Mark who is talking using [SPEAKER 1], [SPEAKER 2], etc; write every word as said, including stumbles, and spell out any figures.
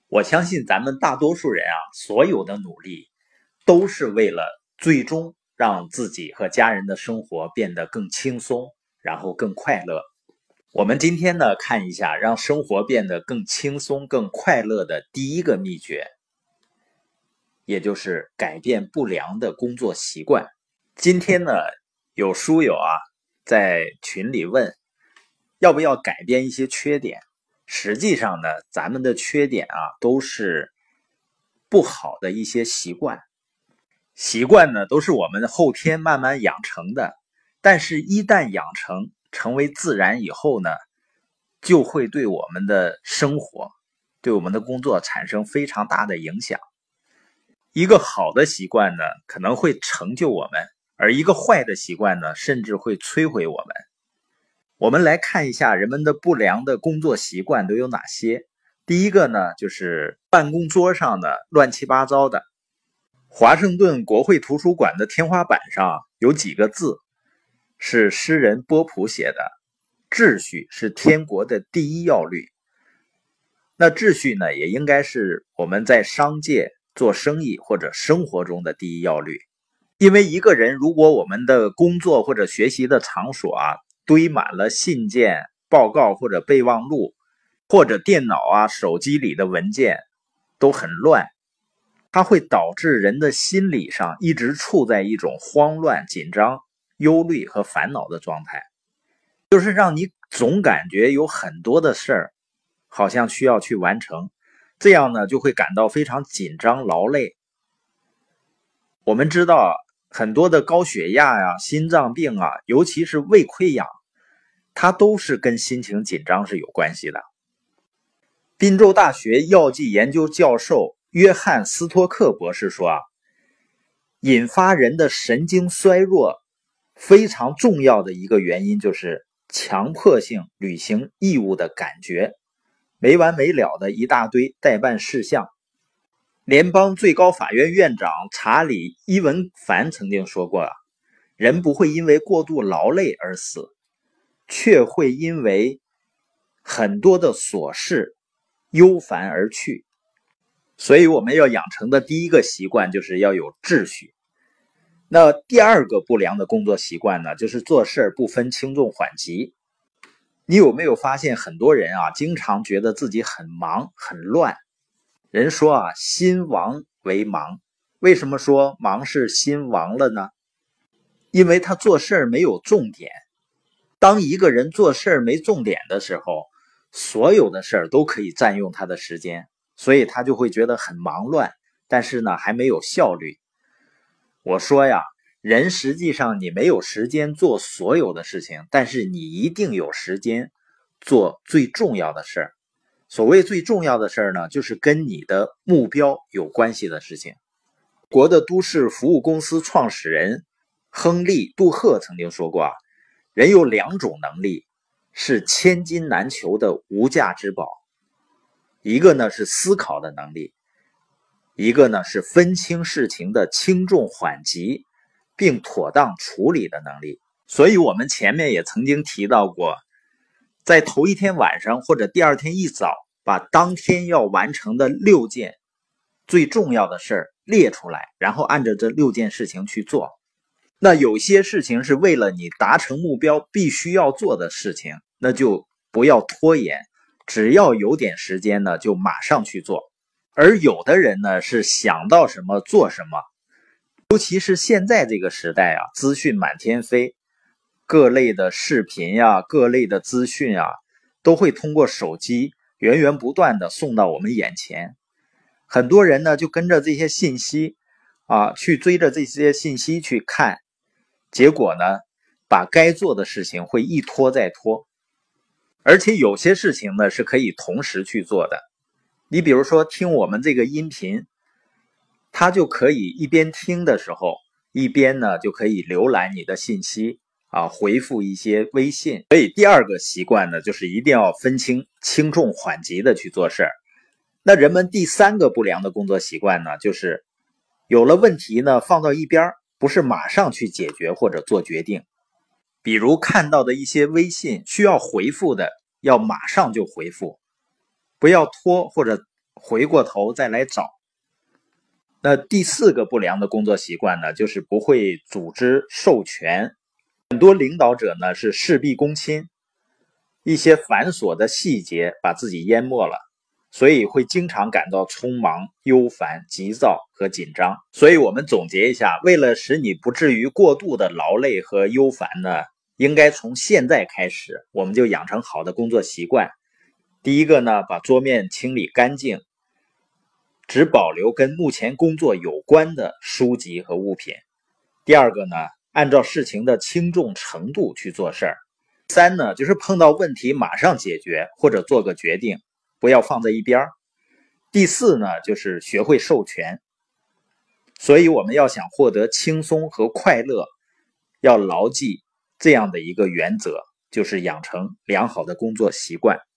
[SPEAKER 1] 我相信咱们大多数人啊，所有的努力都是为了最终让自己和家人的生活变得更轻松，然后更快乐。我们今天呢，看一下让生活变得更轻松、更快乐的第一个秘诀，也就是改变不良的工作习惯。今天呢，有书友啊在群里问，要不要改变一些缺点？实际上呢，咱们的缺点啊，都是不好的一些习惯。习惯呢，都是我们后天慢慢养成的，但是一旦养成，成为自然以后呢，就会对我们的生活，对我们的工作产生非常大的影响。一个好的习惯呢，可能会成就我们，而一个坏的习惯呢，甚至会摧毁我们。我们来看一下人们的不良的工作习惯都有哪些。第一个呢，就是办公桌上的乱七八糟的。华盛顿国会图书馆的天花板上有几个字，是诗人波普写的：秩序是天国的第一要律。那秩序呢，也应该是我们在商界做生意或者生活中的第一要律。因为一个人如果我们的工作或者学习的场所啊堆满了信件、报告或者备忘录，或者电脑啊、手机里的文件都很乱，它会导致人的心理上一直处在一种慌乱、紧张、忧虑和烦恼的状态，就是让你总感觉有很多的事儿好像需要去完成，这样呢就会感到非常紧张、劳累。我们知道很多的高血压呀、心脏病啊，尤其是胃溃疡，它都是跟心情紧张是有关系的。宾州大学药剂研究教授约翰斯托克博士说啊，引发人的神经衰弱非常重要的一个原因就是强迫性履行义务的感觉，没完没了的一大堆待办事项。联邦最高法院院长查理·伊文凡曾经说过啊，人不会因为过度劳累而死，却会因为很多的琐事忧烦而去。所以我们要养成的第一个习惯就是要有秩序。那第二个不良的工作习惯呢，就是做事不分轻重缓急。你有没有发现很多人啊，经常觉得自己很忙很乱？人说啊，心亡为忙。为什么说忙是心亡了呢？因为他做事没有重点。当一个人做事没重点的时候，所有的事都可以占用他的时间，所以他就会觉得很忙乱，但是呢，还没有效率。我说呀，人实际上你没有时间做所有的事情，但是你一定有时间做最重要的事儿。所谓最重要的事儿呢，就是跟你的目标有关系的事情。国的都市服务公司创始人亨利·杜赫曾经说过啊，人有两种能力是千金难求的无价之宝，一个呢是思考的能力，一个呢是分清事情的轻重缓急并妥当处理的能力。所以我们前面也曾经提到过，在头一天晚上或者第二天一早，把当天要完成的六件最重要的事儿列出来，然后按照这六件事情去做。那有些事情是为了你达成目标必须要做的事情，那就不要拖延，只要有点时间呢，就马上去做。而有的人呢，是想到什么做什么，尤其是现在这个时代啊，资讯满天飞，各类的视频呀、各类的资讯啊，都会通过手机源源不断的送到我们眼前。很多人呢就跟着这些信息啊，去追着这些信息去看，结果呢，把该做的事情会一拖再拖。而且有些事情呢是可以同时去做的。你比如说听我们这个音频，它就可以一边听的时候，一边呢就可以浏览你的信息啊，回复一些微信。所以第二个习惯呢，就是一定要分清轻重缓急的去做事儿。那人们第三个不良的工作习惯呢，就是有了问题呢放到一边，不是马上去解决或者做决定。比如看到的一些微信需要回复的，要马上就回复，不要拖或者回过头再来找。那第四个不良的工作习惯呢，就是不会组织授权。很多领导者呢是事必躬亲，一些繁琐的细节把自己淹没了，所以会经常感到匆忙、忧烦、急躁和紧张。所以我们总结一下，为了使你不至于过度的劳累和忧烦呢，应该从现在开始，我们就养成好的工作习惯。第一个呢，把桌面清理干净，只保留跟目前工作有关的书籍和物品。第二个呢，按照事情的轻重程度去做事儿。三呢，就是碰到问题马上解决或者做个决定，不要放在一边。第四呢，就是学会授权。所以我们要想获得轻松和快乐，要牢记这样的一个原则，就是养成良好的工作习惯。